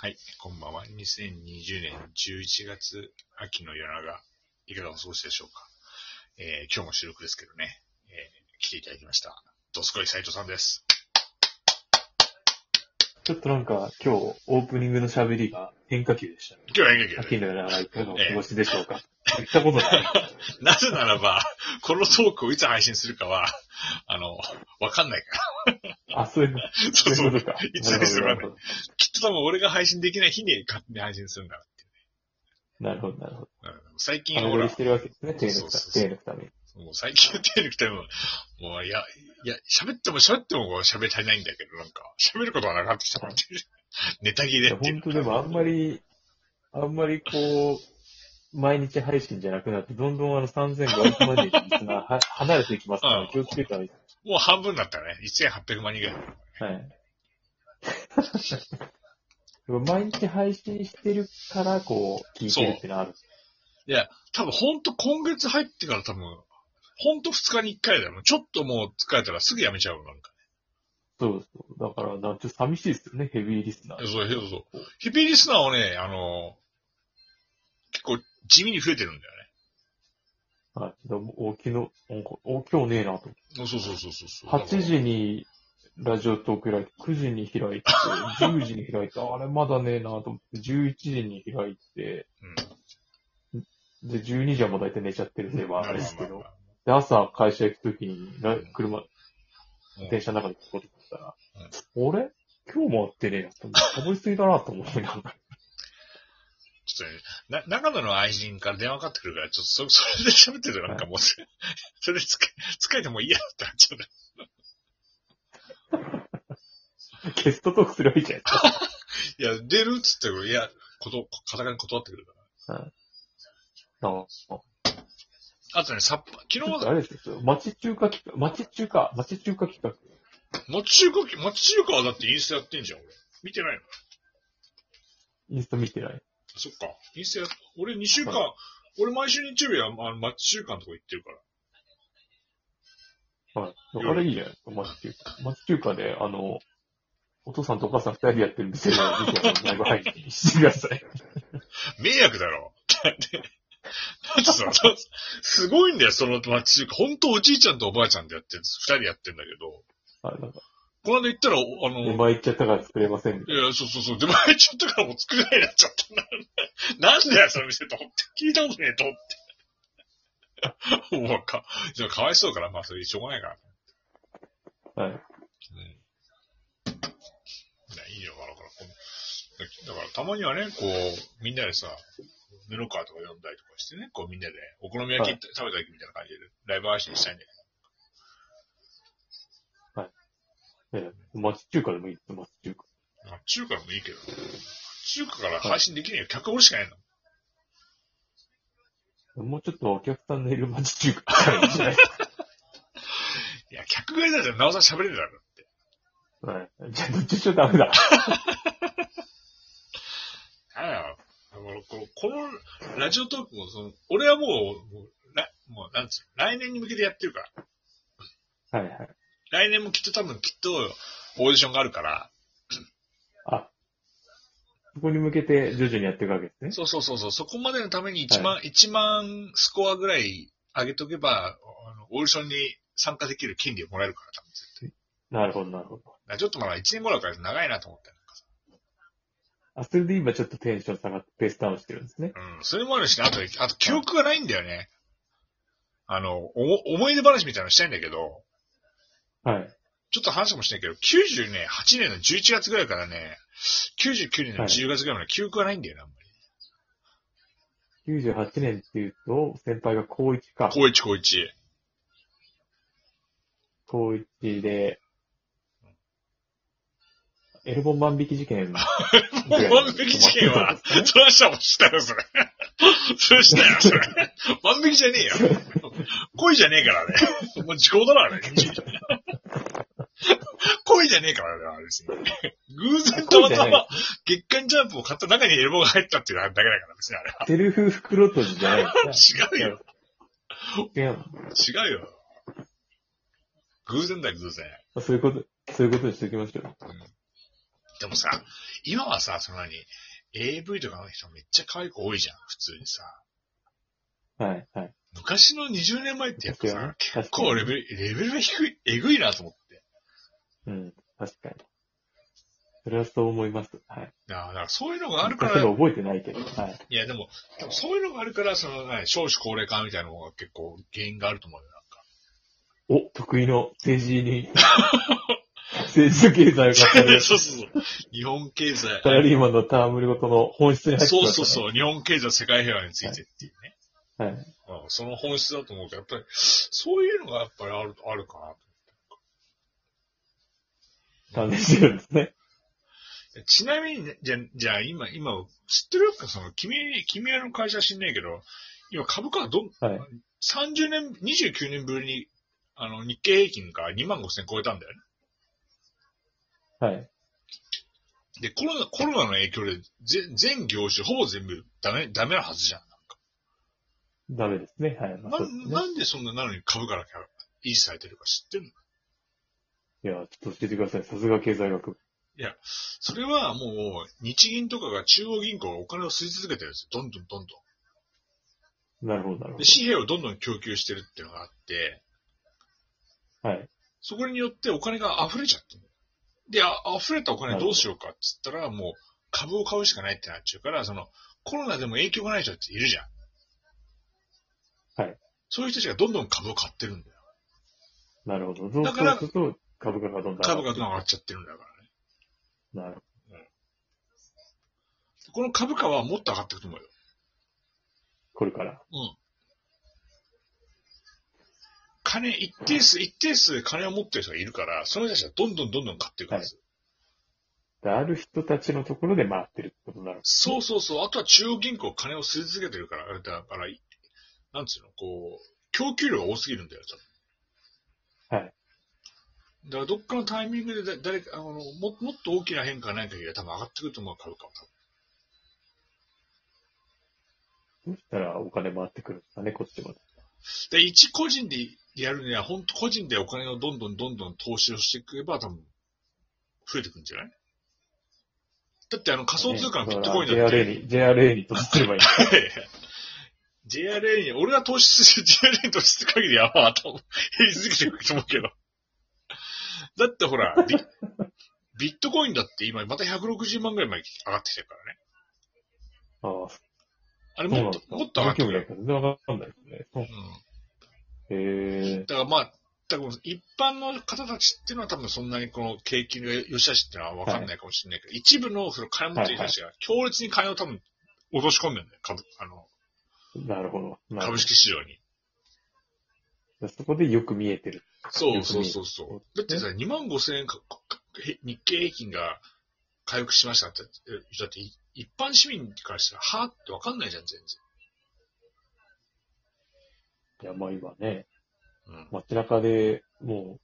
はい、こんばんは。2020年11月秋の夜長、いかがお過ごしでしょうか。今日も収録ですけどね、来ていただきました。どすこい斉藤さんです。 ちょっとなんか今日オープニングの喋りが変化球でしたね。 今日は変化球秋の夜長いかがお過ごしでしょうか。言ったことない。 なぜならば、このトークをいつ配信するかは、わかんないから。 あ、そういうそうそう。 ことか。 いつ配信するかわかんない。きっと多分俺が配信できない日に勝手に配信するんだっていうね。なるほど、なるほど。 最近俺はしてるわけですね、手抜くために。 もう最近の手抜くためも、もういや、喋っても喋り足りないんだけど、なんか、喋ることはなくなってきたなっていう。ネタ切れっていう。 本当でもあんまりこう、毎日配信じゃなくなって、どんどん3500万人のリスナー離れていきますから気をつけたらいい。 もう半分だったね。1800万人ぐらい。 はい。毎日配信してるから、こう、聞いてるってのある。 いや、多分ほんと今月入ってから多分、ほんと2日に1回だよ。ちょっともう疲れたらすぐやめちゃうなんかね。 そうそう。だから、ちょっと寂しいですよね、ヘビーリスナー。 そう。ヘビーリスナーはね、結構地味に増えてるんだよね。 はい。昨日、今日ねえなと。 そう。 8時にラジオトーク開いて、9時に開いて、10時に開いて、あれまだねえなと思って、11時に開いて、で、12時はもう大体寝ちゃってるんで、あれですけど、で、朝会社行くときに、電車の中で聞こうと思ったら、俺今日も会ってねえなと思って、サボりすぎだなと思いながら。 ちょっとね、長野の愛人から電話かかってくるから、ちょっとそれで喋ってるとなんかもう、それで疲れてもいいやってなっちゃう。 ゲストトークすればいいじゃないですか。 いや、出るっつっていや、片側に断ってくるから。 はい。 あとね、昨日まで。あれですよ、町中華企画。 町中華はだってインスタやってんじゃん、俺。見てないの？ インスタ見てない。 そっか。インスタ俺2週間、俺毎週日曜日は町中華のとこ行ってるから。 はい。あれいいじゃないですか、町中華。町中華で、お父さんとお母さん二人でやってる店で、ぜひライブ配信してください。 迷惑だろ。だってさ、すごいんだよ、その町中華。ほんとおじいちゃんとおばあちゃんでやってる、二人でやってんだけど。 はい、なんか。 この間行ったら、 出前行っちゃったから作れませんみたいな。 いや、そう。出前行っちゃったからもう作れないようになっちゃったんだ。なんだよ、その店と思って。聞いたことねえと思って。もうじゃあかわいそうから、まあそれしょうがないから。 はい。 いいよ、だからたまにはね、こう、みんなでさ、布川とか呼んだりとかしてね、こうみんなでお好み焼き食べた時みたいな感じで、ライブ配信したいんだけど。はい。町中華でもいいです、町中華。 中華でもいいけど、中華から配信できないよ。客俺しかないの。もうちょっとお客さんのいる町中華いいんじゃないですか。 いや、客がいないとなおさら喋れるだろって。 はい。じゃあ、どっちしょダメだ。 このラジオトークも俺はもうなんつうの、来年に向けてやってるから。はいはい。 来年もきっとオーディションがあるから。 あ、そこに向けて徐々にやっていくわけですね。 そう。そこまでのために1万スコアぐらい上げとけば、オーディションに参加できる権利をもらえるから、多分絶対。 なるほど。 ちょっとまだ1年後だから長いなと思ってあ、それで今ちょっとテンション下がってペースダウンしてるんですね。 それもあるしね、あと記憶がないんだよね。思い出話みたいなのしたいんだけど、 はい。 ちょっと話もしないけど、98年の11月ぐらいからね、99年の10月ぐらいまで記憶がないんだよね、あんまり。98年っていうと、先輩が高1か。 高1。 高1で、エルボン万引き事件。 万引き事件は、そらしたもしたよ、それ。それしたよ、それ。万引きじゃねえよ。恋じゃねえからね。もう時効だな、あれ。恋じゃねえからね、あれですね。偶然たまたま月刊ジャンプを買った中にエルボが入ったっていうだけだからですね、あれは。 セルフ袋閉じじゃない違うよ。 違うよ。偶然だよ、偶然。 そういうことにしておきましょう。 でもさ、今はさ、AV とかの人めっちゃ可愛い子多いじゃん、普通にさ。 はいはい。 昔の20年前ってやっぱさ、 確かに結構レベルが低い、えぐいなと思って。 うん、確かに。それはそう思います。はい。 だからそういうのがあるか昔ら、 の覚えてないけど。はい。 いやでもそういうのがあるから、少子高齢化みたいなのが結構原因があると思うよ、 お、得意の政治に、政治と経済を語る。 そうそうそう。日本経済。 サラリーマンの戯れ事の本質に入ってきましたね。 そうそうそう。日本経済世界平和についてっていうね。 はい。 その本質だと思うけど、やっぱり、そういうのがやっぱりあるかな。 関連してるんですね。 ちなみにね、じゃあ今、知ってるか君らの会社知んないけど、今株価ははい。 30年、29年ぶりに、日経平均が25,000超えたんだよね。 はい。 で、コロナの影響で、全業種、ほぼ全部ダメなはずじゃん。 ダメですね。はい。まあ、そうですね。 なんでそんなのに株価だけ維持されてるか知ってるの？ いや、ちょっと教えてください。さすが経済学部。 いや、それはもう、日銀とかが中央銀行がお金を吸い続けてるんですよ。どんどん。 なるほど、なるほで、紙幣をどんどん供給してるっていうのがあって、 ど。はい。 そこによってお金が溢れちゃってる。で、溢れたお金どうしようかって言ったら、もう株を買うしかないってなっちゃうから、コロナでも影響がない人っているじゃん。 はい。 そういう人たちがどんどん株を買ってるんだよ。 なるほど。 だから、 そうすると株価がどんどん株がどんどん上がっちゃってるんだからね。 なるほど。 この株価はもっと上がっていくと思うよ。 これから。 一定数金を持ってる人がいるから、その人たちはどんどん買っていくはず。 ある人たちのところで回ってるってことになる。 そう。あとは中央銀行金を吸い続けてるから、だから、なんつうの、供給量が多すぎるんだよ、 はい。 だからどっかのタイミングでもっと大きな変化がない限りは多分上がってくると思う、株価は多分。 そしたらお金回ってくるんですかね、こっちまで。 で、一個人でやるには、本当個人でお金をどんどん投資をしていけば多分、増えてくるんじゃない？だって仮想通貨のビットコインだって。 JRA に投資すればいいんですか？ JRA に、俺が投資する JRA に投資する限りは、まあ、減り続けていくと思うけど。だってほら、ビットコインだって今また160万ぐらいまで上がってきてるからね。 ああ。 あれもっと上がってくる。 全然わかんないですね。 だからまあ、多分一般の方たちっていうのは多分そんなにこの景気の良し悪しっていうのはわかんないかもしれないけど、一部の金持ってる人たちが強烈に金を多分落とし込んでるんだよ。 なるほど。 株式市場に。 そこでよく見えてる。 そう。だってさ、25,000円日経平均が回復しましたって、だって一般市民からしたら、はぁってわかんないじゃん、全然。いや、まあ今ね、 うん、 街中でもう、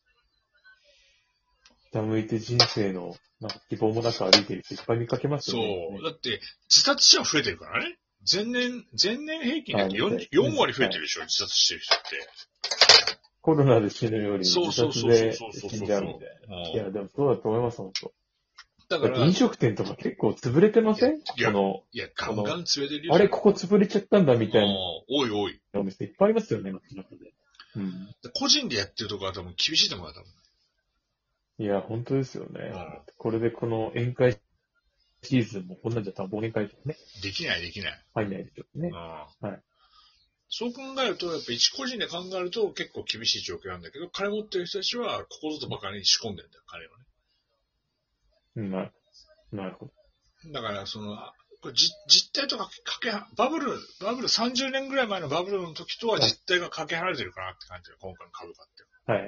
下向いて人生の希望もなく歩いてる人いっぱい見かけますよね。 そう。だって、自殺者増えてるからね。前年平均だって 4割増えてるでしょ、自殺してる人って。 コロナで死ぬより自殺で死んじゃうみたいな。いや、でもそうだと思います、本当。だから飲食店とか結構潰れてません？ ガンガン潰れてるよ。 あれ、ここ潰れちゃったんだみたいな。 多い。 お店いっぱいありますよね、街中で。 個人でやってるとこは多分厳しいと思うよ、多分。 いや、本当ですよね。これでこの宴会シーズンもこんなんじゃ多分忘年会とかね。 できない。 入んないですよね。 はい。そう考えると、やっぱ一個人で考えると結構厳しい状況なんだけど、金持ってる人たちはここぞとばかりに仕込んでるんだよ、金をね。 なるほど。だから、実態とかバブル30年ぐらい前のバブルの時とは実態がかけ離れてるかなって感じで、今回の株価って。 はい。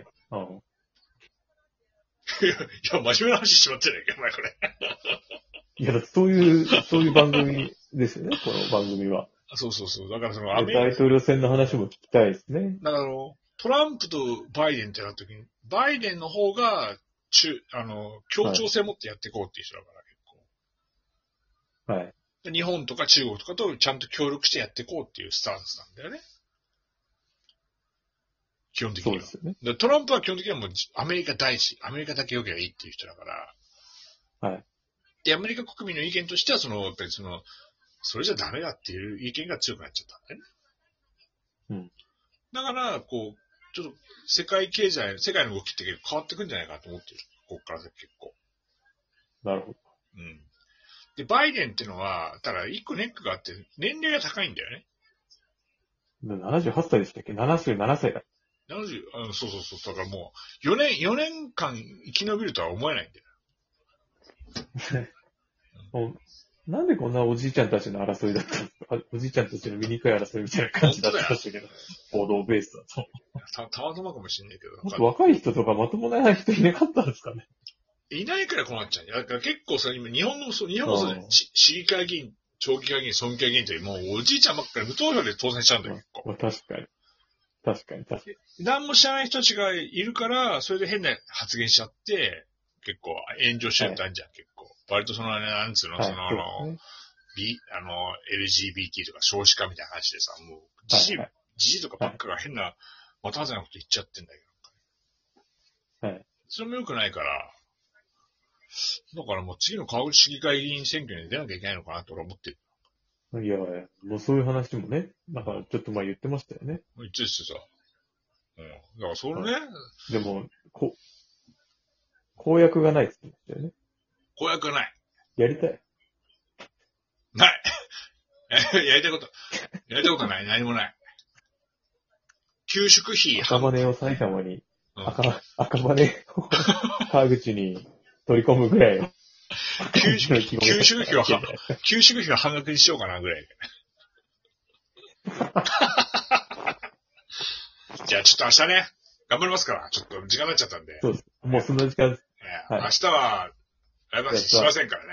いや、真面目な話しちまってないけど、お前これ。 いや、そういう番組ですよね、この番組は。 そう。だから大統領選の話も聞きたいですね。 だからトランプとバイデンってなった時に、バイデンの方が、協調性持ってやっていこうっていう人だから、結構。 はい。 日本とか中国とかとちゃんと協力してやっていこうっていうスタンスなんだよね。基本的には。そうですよね。トランプは基本的にはもうアメリカ大事。アメリカだけ良ければいいっていう人だから。 はい。 で、アメリカ国民の意見としては、やっぱりそれじゃダメだっていう意見が強くなっちゃったんだよね。 うん。 だから、ちょっと世界の動きって結構変わってくんじゃないかなと思ってる。ここから先結構。 なるほど。 うん。で、バイデンってのは、ただ一個ネックがあって、年齢が高いんだよね。 78歳でしたっけ ?77 歳だ。 そうそうそう。だからもう、4年間生き延びるとは思えないんだよ。 もうなんでこんなおじいちゃんたちの争いだったんですか？おじいちゃんたちの醜い争いみたいな感じだったんですけど、報道ベースだと。 たまたまかもしれないけど。 もっと若い人とかまともな人いなかったんですかね？ いないから困っちゃう。だから結構さ、今日本もそうね、市議会議員、町議会議員、村議会議員という、もうおじいちゃんばっかり無投票で当選しちゃうんだよ、結構。 確かに。確かに。 何も知らない人たちがいるから、それで変な発言しちゃって、結構炎上してるってあるじゃん、結構。割となんつうの、LGBT とか少子化みたいな話でさ、もう、じじとかばっかが変な、またはずなこと言っちゃってんだけど。はい。それも良くないから、だからもう次の川口市議会議員選挙に出なきゃいけないのかなと俺は思ってる。 いや、もうそういう話もね、なんかちょっと前言ってましたよね。 言ってるしさ。うん。だからそれね。 でも、公約がないって言ってましたよね。 公約がない。 やりたい。 ない。やりたいことない。何もない。給食費赤羽を埼玉に、赤羽を川口に取り込むぐらいの。 給食費は半額にしようかなぐらい。じゃあちょっと明日ね、頑張りますから。ちょっと時間になっちゃったんで。 そうです。もうそんな時間です。 明日は、ライブ配信しませんからね。